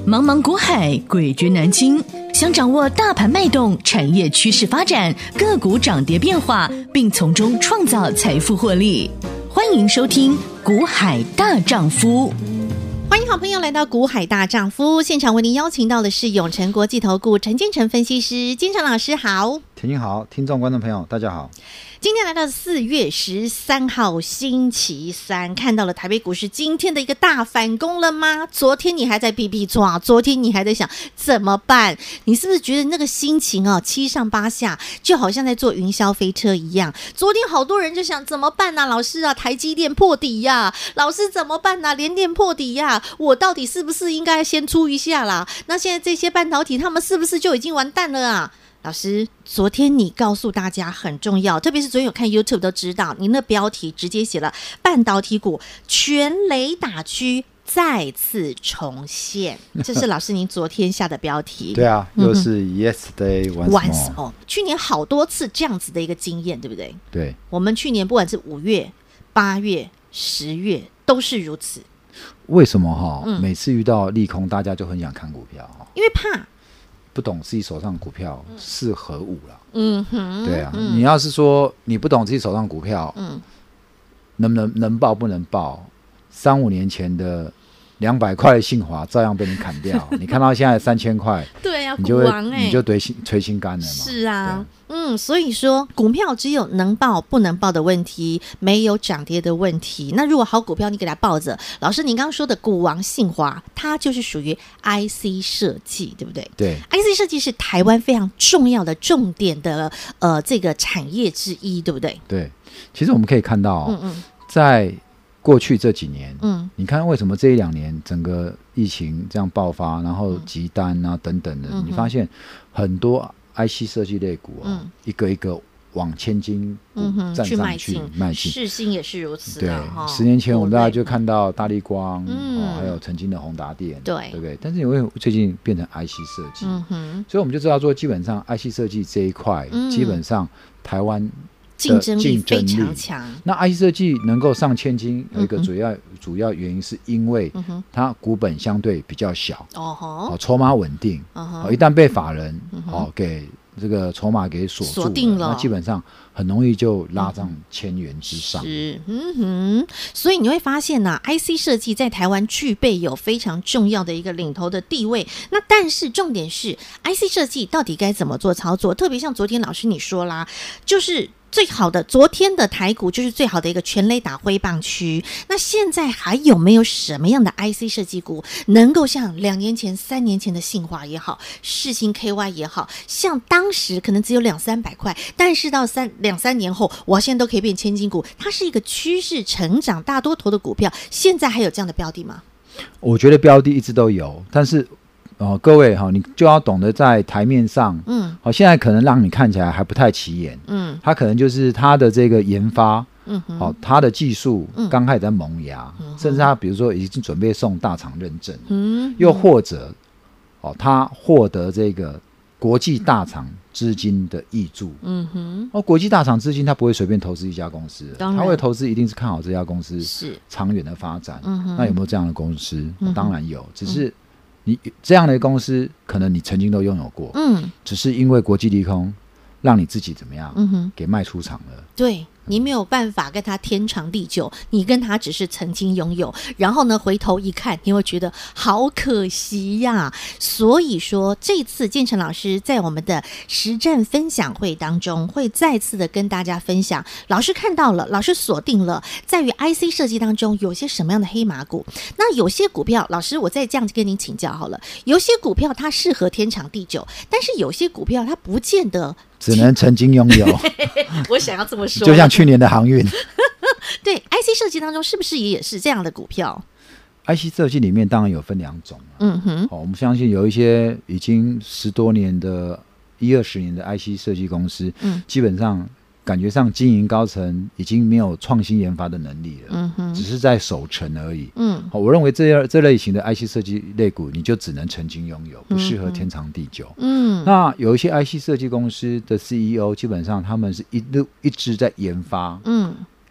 茫茫股海，诡谲难清。想掌握大盘脉动、产业趋势发展、个股涨跌变化，并从中创造财富获利，欢迎收听《股海大丈夫》。 欢迎好朋友来到股海大丈夫现场，为您邀请到的是永诚国际投顾陈建成分析师，建成老师好。 田青好，听众观众朋友大家好。 今天来到4月13号星期三，看到了台北股市今天的一个大反攻了吗？昨天你还在逼逼抓，昨天你还在想怎么办，你是不是觉得那个心情七上八下，就好像在坐云霄飞车一样？昨天好多人就想怎么办啊，老师啊，台积电破底呀，老师怎么办啊，联电破底呀，我到底是不是应该先出一下啦？那现在这些半导体他们是不是就已经完蛋了啊？老师，昨天你告诉大家很重要，特别是昨天有看 YouTube 都知道，您的标题直接写了半导体股全雷打区再次重现，这是老师您昨天下的标题。 对啊，又是 yesterday once more。 去年好多次这样子的一个经验，对不对？ 对， 我们去年不管是5月、8月、10月都是如此。 为什么每次遇到利空，大家就很想看股票？ 因为怕。 不懂自己手上股票是何物啦。对啊， 你要是说你不懂自己手上股票，能报不能报？3-5年前的200块的信华照样被你砍掉，你看到现在3000块， 对啊， 你就捶心肝了嘛。 是啊，所以说股票只有能报不能报的问题，没有涨跌的问题。那如果好股票你给它抱着，老师您刚刚说的股王信华，它就是属于 IC 设计，对不对？ 对 ，IC 设计是台湾非常重要的重点的这个产业之一，对不对？ 对，其实我们可以看到，在过去这几年，你看为什么这1-2年整个疫情这样爆发，然后急单啊等等的，你发现很多 IC 设计类股一个一个往千金站上去迈进， 世芯也是如此。 对，10年前我们大家就看到大立光，还有曾经的宏达电，对不对？但是因为最近变成 IC 设计，所以我们就知道说，基本上 IC 设计这一块，基本上台湾竞争力非常强。 那 IC 设计能够上千金，有一个主要原因是因为它股本相对比较小，筹码稳定，一旦被法人给这个筹码给锁定了，那基本上很容易就拉上1000元之上。 是，所以你会发现IC 设计在台湾具备有非常重要的一个领头的地位。那但是重点是 IC 设计到底该怎么做操作？特别像昨天老师你说啦，就是最好的，昨天的台股就是最好的一个全雷打挥棒区。那现在还有没有什么样的 IC 设计股能够像2年前、3年前的信华也好，世芯 KY 也好，像当时可能只有200-300块，但是到2-3年后，我现在都可以变千金股，它是一个趋势成长大多头的股票。现在还有这样的标的吗？ 我觉得标的一直都有，但是各位你就要懂得在台面上，现在可能让你看起来还不太起眼，它可能就是它的这个研发，它的技术刚开始在萌芽，甚至它比如说已经准备送大厂认证，又或者它获得这个国际大厂资金的挹注，国际大厂资金它不会随便投资一家公司，它会投资一定是看好这家公司长远的发展。那有没有这样的公司？当然有，只是你这样的公司可能你曾经都拥有过，只是因为国际利空让你自己怎么样，给卖出场了。 对，你没有办法跟他天长地久，你跟他只是曾经拥有，然后呢回头一看，你会觉得好可惜呀。所以说这次建成老师在我们的实战分享会当中，会再次的跟大家分享，老师看到了，老师锁定了在于 IC 设计当中有些什么样的黑马股。那有些股票，老师我再这样跟您请教好了，有些股票它适合天长地久，但是有些股票它不见得只能曾经拥有我想要这么说， 就像去年的航运对 IC 设计当中是不是也是这样的股票 ？IC 设计里面当然有分2种，我们相信有一些已经10多年的10-20年的 IC 设计公司，基本上感觉上经营高层已经没有创新研发的能力了，只是在守成而已。我认为这类型的 IC 设计类股，你就只能曾经拥有，不适合天长地久。那有一些 IC 设计公司的 CEO， 基本上他们是一直在研发，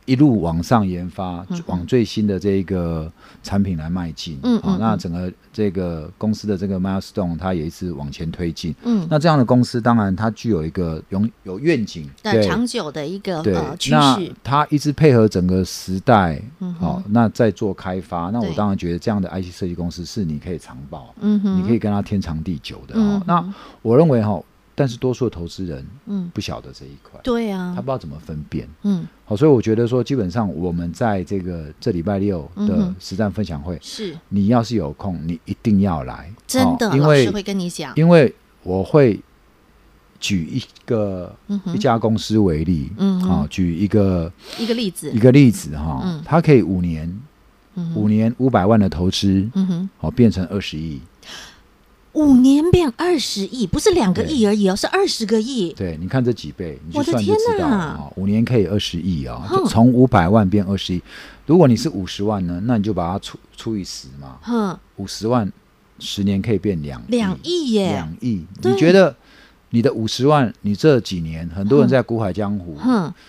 一路往上研发，往最新的这个产品来迈进。那整个这个公司的这个 milestone 它也一直往前推进。那这样的公司当然它具有一个有愿景的长久的一个趋势。 那它一直配合整个时代，那在做开发。那我当然觉得这样的 IC 设计公司是你可以长保，你可以跟它天长地久的。那我认为但是多数的投资人不晓得这一块， 对啊， 他不知道怎么分辨。所以我觉得说基本上我们在这礼拜六的实战分享会， 是你要是有空你一定要来， 真的，老师会跟你讲， 因为我会举一家公司为例，举一个例子， 它可以5年500万的投资，变成20亿。 5年变20亿，不是2个亿而已是20个亿。 对，你看这几倍，你去算就知道了。5年可以20亿从500万变20亿。如果你是50万呢，那你就把它除以10嘛。50万10年可以变2亿耶！2亿，你觉得你的50万，你这几年很多人在股海江湖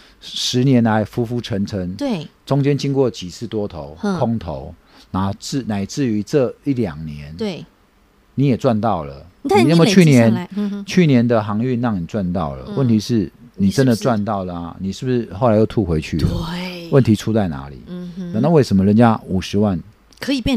，10年来浮浮沉沉， 对， 中间经过几次多头、空头，乃至于这1-2年， 对。 你也赚到了，你那么去年的航运让你赚到了，问题是你真的赚到了啊？你是不是后来又吐回去了？对，问题出在哪里？那为什么人家50万可以变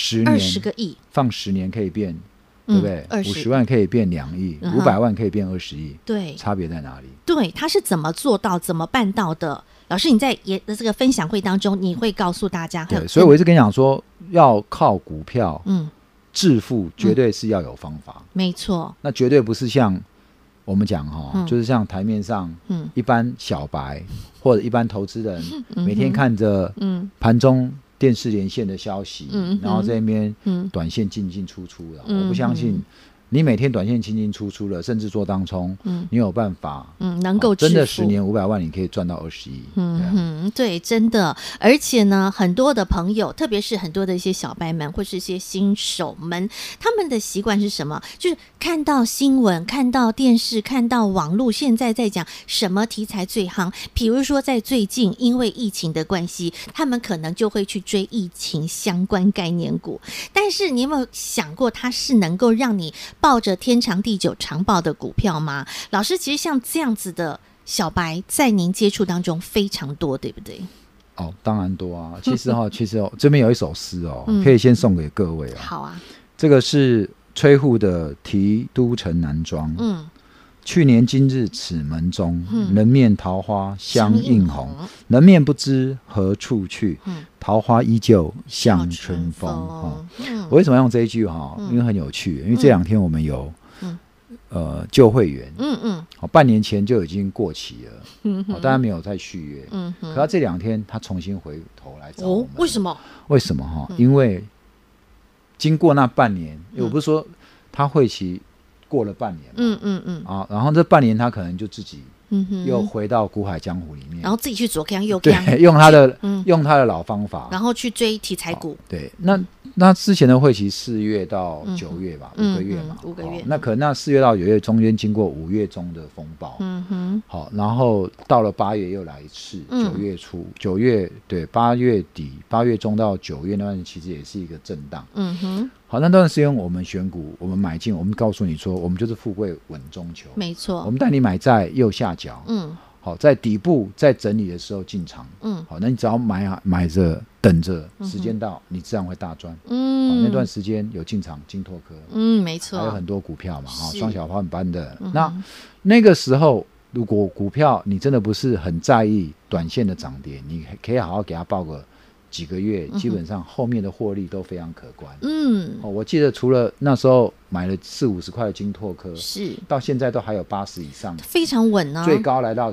20个亿， 放10年可以变，对不对？50万可以变2亿，500万可以变20亿， 对， 差别在哪里？ 对，他是怎么做到、怎么办到的？老师，你在这个分享会当中，你会告诉大家。 对，所以我一直跟你讲说，要靠股票，致富绝对是要有方法， 没错。 那绝对不是像我们讲就是像台面上一般小白或者一般投资人，每天看着盘中电视连线的消息，然后在那边短线进进出出的。我不相信你每天短线进进出出了，甚至做当冲，你有办法能够致富， 真的10年500万你可以赚到20亿。 对，真的。而且呢，很多的朋友，特别是很多的一些小白们或是一些新手们，他们的习惯是什么？就是看到新闻、看到电视、看到网络，现在在讲什么题材最夯，比如说在最近因为疫情的关系，他们可能就会去追疫情相关概念股。但是你有没有想过，它是能够让你抱着天长地久长抱的股票吗？老师，其实像这样子的小白在您接触当中非常多，对不对？ 当然多啊。其实这边有一首诗可以先送给各位好啊。这个是崔护的《题都城南庄》。去年今日此门中，人面桃花相映红。人面不知何处去，桃花依旧向春风。我为什么要用这一句因为很有趣，因为这2天我们有旧会员，半年前就已经过期了，当然没有再续约，可他这2天他重新回头来找我们。为什么？因为经过那半年，我不是说他会期过了半年嘛，然后这半年他可能就自己又回到股海江湖里面， 然后自己去左看右看， 对，用他的老方法， 然后去追题材股。 对，那之前的会期4月到9月吧，5个月嘛，5个月。那可能那4月到9月中间经过5月中的风暴，好，然后到了8月又来一次，9月初，9月对，8月底，8月中到9月那段其实也是一个震荡，好，那段时间我们选股，我们买进，我们告诉你说，我们就是富贵稳中求， 没错， 我们带你买在右下角，好，在底部在整理的时候进场，好，那你只要买着等着，时间到，你自然会大赚，好，那段时间有进场金拓科， 没错， 还有很多股票嘛，双小盘班的，那个时候，如果股票你真的不是很在意短线的涨跌，你可以好好给它报个几个月，基本上后面的获利都非常可观。我记得除了那时候买了40-50块的金拓科，是到现在都还有80以上， 非常稳啊， 最高来到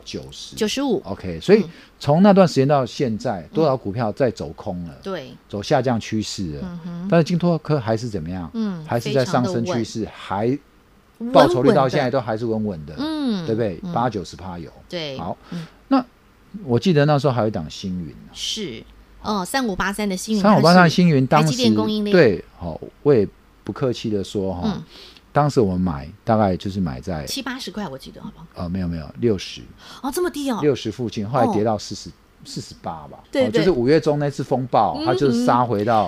95。OK， 所以从那段时间到现在，多少股票在走空了，对，走下降趋势了，但是金拓科还是怎么样？还是在上升趋势，还报酬率到现在都还是稳稳的，对不对？80-90%有。对，好，那我记得那时候还有一档星云，是。 3583的星云 ，3583的星云，当时台积电供应链， 对，我也不客气的说当时我们买大概就是买在 70-80块，我记得好不好？ 没有60， 这么低哦， 60附近，后来跌到 48吧， 对对， 就是5月中那次风暴，它就是杀回到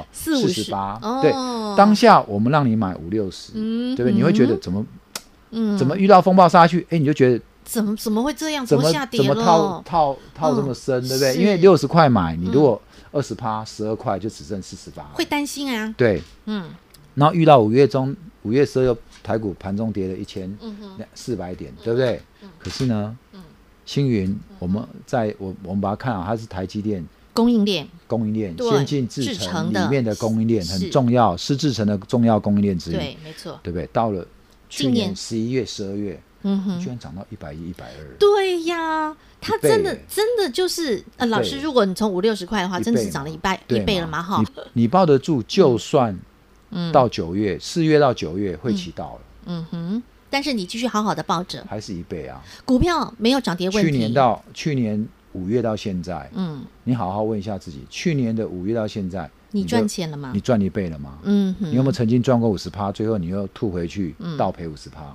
48，对，当下我们让你买50-60，对不对？你会觉得怎么遇到风暴杀下去，你就觉得怎么会这样？怎么下跌了？ 怎么套这么深，对不对？因为60块买，你如果20%，12块就只剩48， 会担心啊。 对，然后遇到5月中，5月12又台股盘中跌了1400点，对不对？可是呢，星云我们把它看好，它是台积电供应链先进制程里面的供应链很重要，是制程的重要供应链之一。 对，没错， 对不对？到了去年11月、12月，居然涨到110、120。 对呀，它真的就是老师，如果你从50-60块的话，真的是涨了一倍了嘛？哈，你抱得住，就算到9月，4月到9月会期到了。 但是你继续好好的抱着， 还是1倍啊！ 股票没有涨跌问题。 去年5月到现在，你好好问一下自己，去年的5月到现在， 你赚钱了吗？ 你赚1倍了吗？你有没有曾经赚过50%，最后你又吐回去，倒赔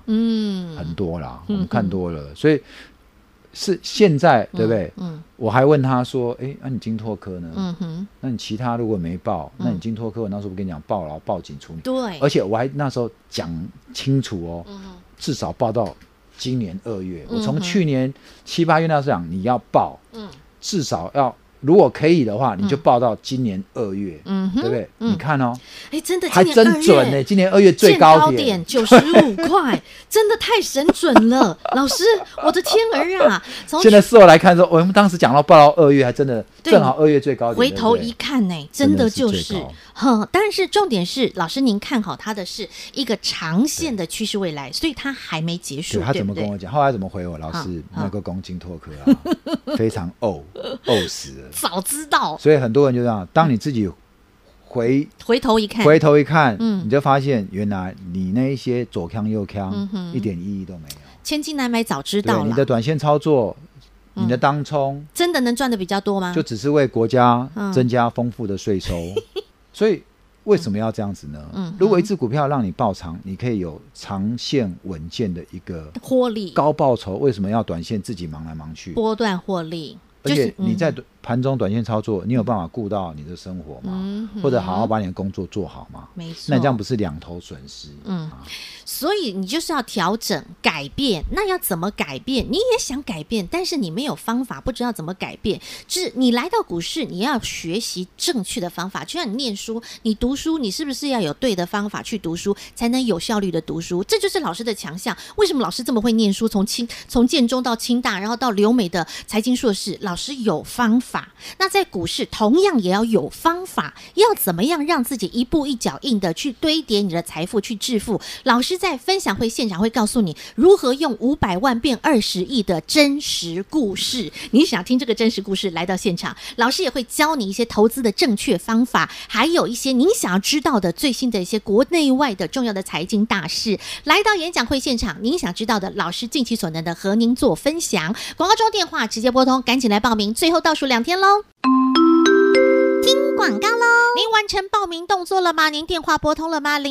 50%？很多啦，我们看多了，所以是现在，对不对？我还问他说，那你金拓科呢？那你其他如果没报，那你金拓科，我那时候不跟你讲报，然后报警处理。 对， 而且我还那时候讲清楚哦，至少报到今年2月。我从去年7、8月那时候讲你要报，至少要。如果可以的话，你就报到今年2月，对不对？你看哦， 真的还真准呢！今年2月最高点 95块，真的太神准了，老师，我的天儿啊！ 现在事后来看说，我们当时讲到报到2月，还真的正好2月最高点。 回头一看呢，真的就是，但是重点是，老师您看好它的是一个长线的趋势未来，所以它还没结束。 他怎么跟我讲？后来怎么回我？老师，那个公金拓科啊，非常怄死了。 早知道， 所以很多人就这样，当你自己回头一看，你就发现原来你那一些左康右康，一点意义都没有。 千金难买早知道了。 你的短线操作，你的当冲， 真的能赚的比较多吗？ 就只是为国家增加丰富的税收。所以为什么要这样子呢？如果一只股票让你爆长，你可以有长线稳健的一个获利、高报酬，为什么要短线自己忙来忙去？ 波段获利。 而且你在盘中短线操作，你有办法顾到你的生活吗？或者好好把你的工作做好吗？ 没错， 那你这样不是两头损失？ 所以你就是要调整改变。那要怎么改变？你也想改变，但是你没有方法，不知道怎么改变。就是你来到股市，你要学习正确的方法。就像你念书，你读书，你是不是要有对的方法去读书，才能有效率的读书？这就是老师的强项。为什么老师这么会念书？从建中到清大，然后到留美的财经硕士，老师有方法。那在股市同样也要有方法，要怎么样让自己一步一脚印的去堆叠你的财富，去致富？老师在分享会现场会告诉你如何用500万变20亿的真实故事。你想听这个真实故事，来到现场，老师也会教你一些投资的正确方法，还有一些您想要知道的最新的一些国内外的重要的财经大事。来到演讲会现场，您想知道的，老师尽其所能的和您做分享。广告中电话直接拨通，赶紧来报名，最后倒数2天咯。听广告咯。您完成报名动作了吗？您电话拨通了吗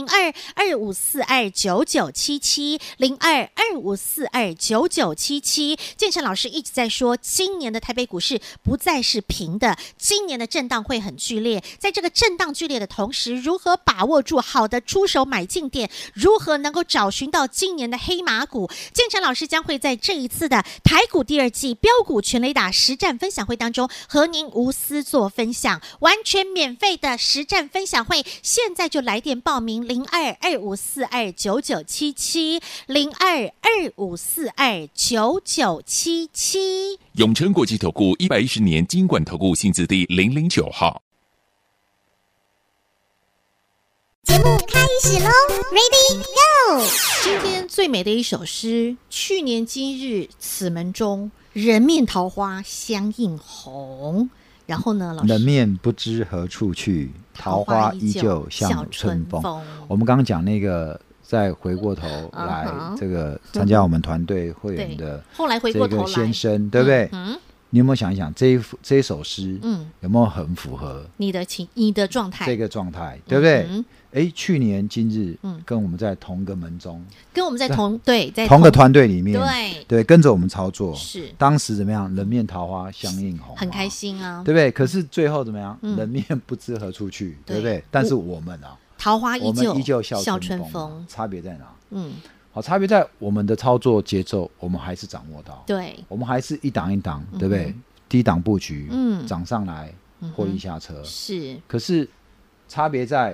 ？02-2542-9977 02-2542-9977。建成老师一直在说，今年的台北股市不再是平的，今年的震荡会很剧烈。在这个震荡剧烈的同时，如何把握住好的出手买进点，如何能够找寻到今年的黑马股，建成老师将会在这一次的台股第2季标股全垒打实战分享会当中和您无私做分享，完全免费的实战分享会，现在就来电报名02-2542-9977 02-2542-9977。 永诚国际投顾110年金管投顾新字第009号。 节目开始咯 Ready Go。 今天最美的一首诗，去年今日此门中，人面桃花相映红。然后呢，老师， 人面不知何处去，桃花依旧向春风。我们刚刚讲那个，再回过头来这个参加我们团队会员的后来回过头来这个先生，对不对？ 你有没有想一想这一首诗，有没有很符合你的状态？ 这个状态，对不对？去年今日，跟我们在同个门中， 跟我们在在同个团队里面，对，跟着我们操作， 是当时怎么样？人面桃花相映红， 很开心啊， 对不对？可是最后怎么样？人面不知何处去，对不对？但是我们啊， 桃花我们依旧笑春风，差别在哪？好，差别在我们的操作节奏，我们还是掌握到， 对， 我们还是一档一档，对不对？低档布局，涨上来，获利下车， 是。 可是差别在，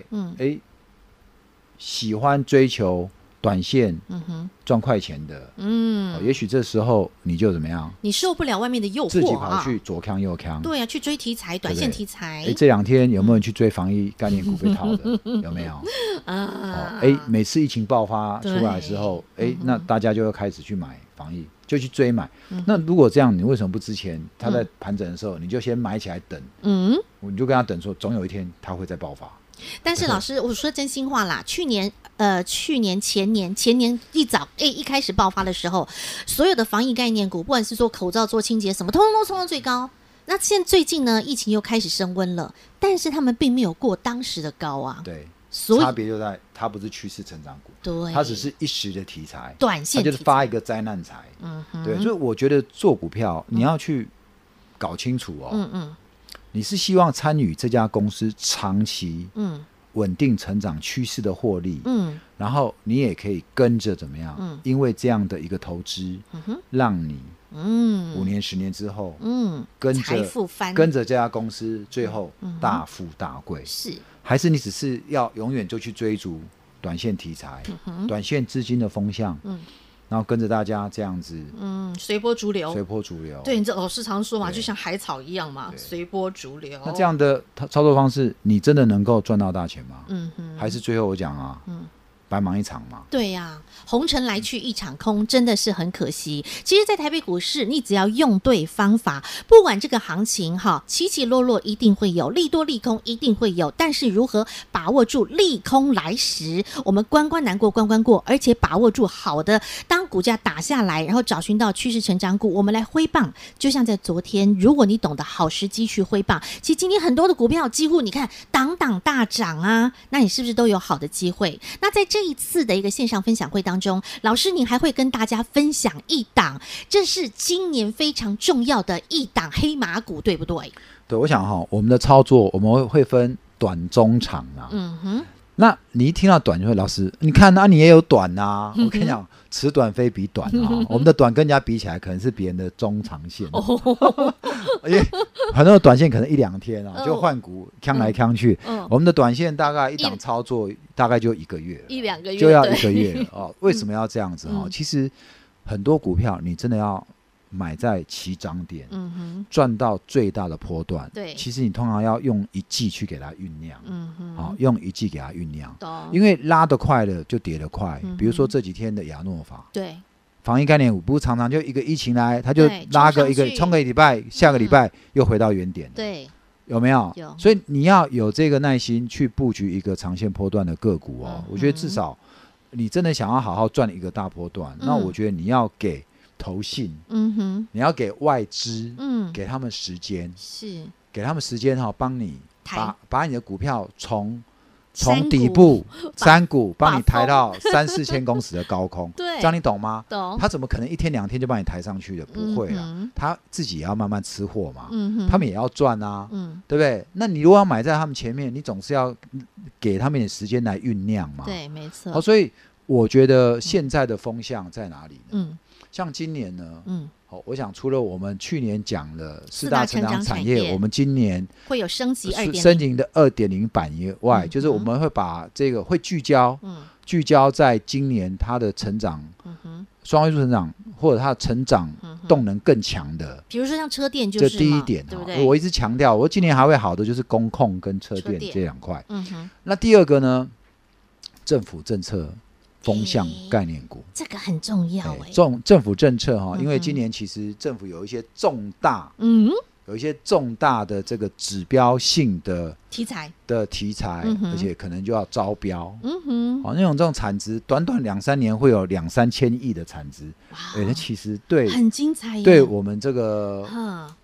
喜欢追求短线，赚快钱的，也许这时候你就怎么样？ 你受不了外面的诱惑， 自己跑去左扛右扛， 对啊，去追题材，短线题材。 这两天有没有人去追防疫概念股被套的？有没有？每次疫情爆发出来的时候，那大家就会开始去买防疫，就去追买。那如果这样，你为什么不之前他在盘整的时候，你就先买起来等？你就跟他等说，总有一天他会再爆发。 但是老师，我说真心话啦，去年前年一开始爆发的时候，所有的防疫概念股，不管是做口罩、做清洁什么，通通都冲到最高。那现在最近呢，疫情又开始升温了，但是他们并没有过当时的高啊。 对， 所以差别就在它不是趋势成长股， 对， 它只是一时的题材， 短线题材， 它就是发一个灾难财。对，所以我觉得做股票你要去搞清楚哦。你是希望参与这家公司长期稳定成长趋势的获利，然后你也可以跟着怎么样？因为这样的一个投资，让你5年10年之后，财富翻，跟着这家公司最后大富大贵，是？还是你只是要永远就去追逐短线题材、短线资金的风向？然后跟着大家这样子， 随波逐流，对，你这老师常说嘛，就像海草一样嘛，随波逐流。 那这样的操作方式，你真的能够赚到大钱吗？还是最后我讲啊，白忙一场嘛。 对呀，红尘来去一场空，真的是很可惜。其实在台北股市，你只要用对方法，不管这个行情起起落落一定会有，利多利空一定会有，但是如何把握住利空来时，我们关关难过关关过，而且把握住好的，当股价打下来，然后找寻到趋势成长股，我们来挥棒。就像在昨天，如果你懂得好时机去挥棒，其实今天很多的股票几乎你看档档大涨啊，那你是不是都有好的机会？那在这一次的一个线上分享会当中，老师您还会跟大家分享一档，这是今年非常重要的一档黑马股，对不对？ 对，我想我们的操作我们会分短中长啊。那你一听到短就会，老师你看你也有短啊。我跟你讲，此短非彼短啊。我们的短跟人家比起来，可能是别人的中长线。因为很多的短线可能1-2天就换股扛来扛去。我们的短线大概一档操作大概就1个月 ，1-2个月就要1个月了。为什么要这样子？其实很多股票你真的要买在起涨点，赚到最大的波段。对，其实你通常要用1季去给它酝酿，用1季给它酝酿。因为拉得快了就跌得快。比如说这几天的亚诺法，对，防疫概念股不是常常就一个疫情来，它就拉个冲个礼拜，下个礼拜又回到原点。对，有没有？有。所以你要有这个耐心去布局一个长线波段的个股我觉得至少你真的想要好好赚一个大波段，那我觉得你要给投信，你要给外资，给他们时间，是给他们时间帮你把你的股票从底部山谷帮你抬到3-4千公尺的高空。对，这样你懂吗？懂。他怎么可能1天2天就帮你抬上去的？不会啊，他自己也要慢慢吃货嘛，他们也要赚啊，对不对？那你如果要买在他们前面，你总是要给他们点时间来酝酿嘛。对，没错。所以我觉得现在的风向在哪里呢？像今年呢，我想除了我们去年讲的4大成长产业，我们今年会有升级的 2.0 版以外，就是我们会把这个会聚焦在今年它的成长，双位数成长或者它的成长动能更强的， 比如说像车电就是第一点，对不对？我一直强调，我今年还会好的就是工控跟车电这2块。那第二个呢，政府政策风向概念股， 这个很重要政府政策因为今年其实政府有一些重大的这个指标性的题材，而且可能就要招标。那种产值短2-3年会有2-3千亿的产值，那其实对很精彩，对我们这个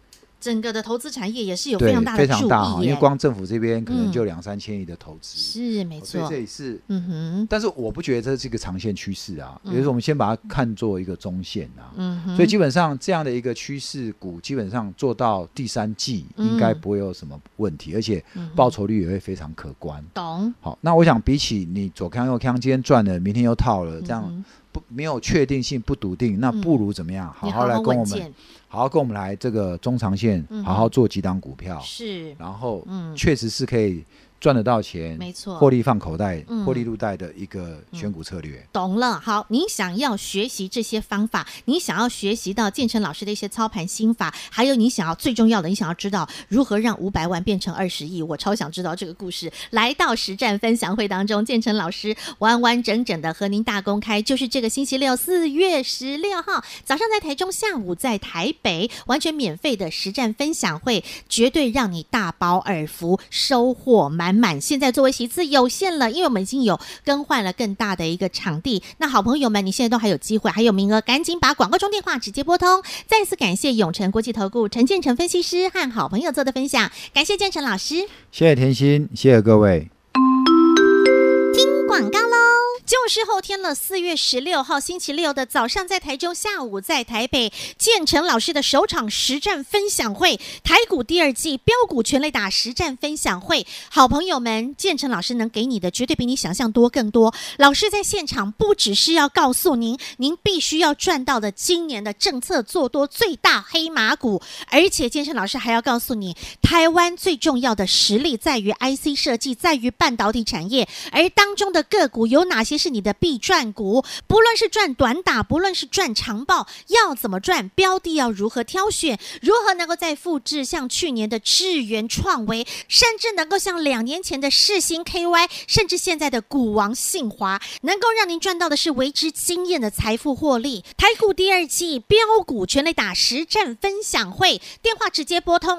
整个的投资产业也是有对非常大的非常注意耶， 大因为光政府这边可能就2-3千亿的投资， 是没错， 所以这也是嗯但是我不觉得这是一个长线趋势啊，也就是我们先把它看作一个中线啊， 哼， 所以基本上这样的一个趋势股，基本上做到第3季应该不会有什么问题，而且报酬率也会非常可观。 懂。 好，那我想比起你左康右康，今天赚了，明天又套了，这样没有确定性，不笃定，那不如怎么样？好好来跟我们。好好跟我们来这个中长线，好好做几档股票， 是， 然后确实是可以赚得到钱， 没错， 获利放口袋，获利入袋的一个选股策略。 懂了。好，您想要学习这些方法，你想要学习到建成老师的一些操盘心法，还有你想要最重要的，你想要知道如何让500万变成20亿，我超想知道这个故事。来到实战分享会当中，建成老师完完整整的和您大公开，就是这个星期六4月16号早上在台中，下午在台北，完全免费的实战分享会，绝对让你大饱耳福，收获满满。现在座位席次有限了，因为我们已经有更换了更大的一个场地。那好朋友们，你现在都还有机会，还有名额，赶紧把广告中电话直接拨通。再次感谢永诚国际投顾陈建成分析师和好朋友做的分享，感谢建成老师， 谢谢甜心，谢谢各位。 听广告喽。就是后天了，4月16号星期六的早上在台中，下午在台北，建成老师的首场实战分享会，台股第2季标股全垒打实战分享会。好朋友们，建成老师能给你的绝对比你想象多更多。老师在现场不只是要告诉您必须要赚到的今年的政策做多最大黑马股，而且建成老师还要告诉你，台湾最重要的实力在于 IC 设计，在于半导体产业，而当中的个股有哪些是你的必赚股，不论是赚短打，不论是赚长报，要怎么赚，标的要如何挑选，如何能够再复制像去年的智原创维，甚至能够像2年前的世新 KY， 甚至现在的股王信华，能够让您赚到的是为之惊艳的财富获利。台股第2季标股全垒打实战分享会，电话直接拨通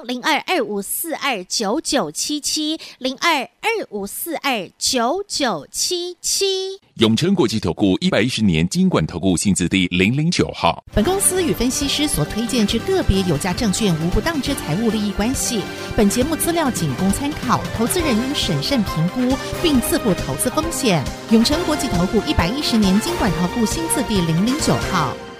0225429977 0225429977。 永诚国际投顾110年金管投顾新字第009号。 本公司与分析师所推荐之个别有价证券无不当之财务利益关系。本节目资料仅供参考，投资人应审慎评估并自负投资风险。永诚国际投顾110年金管投顾新字第009号。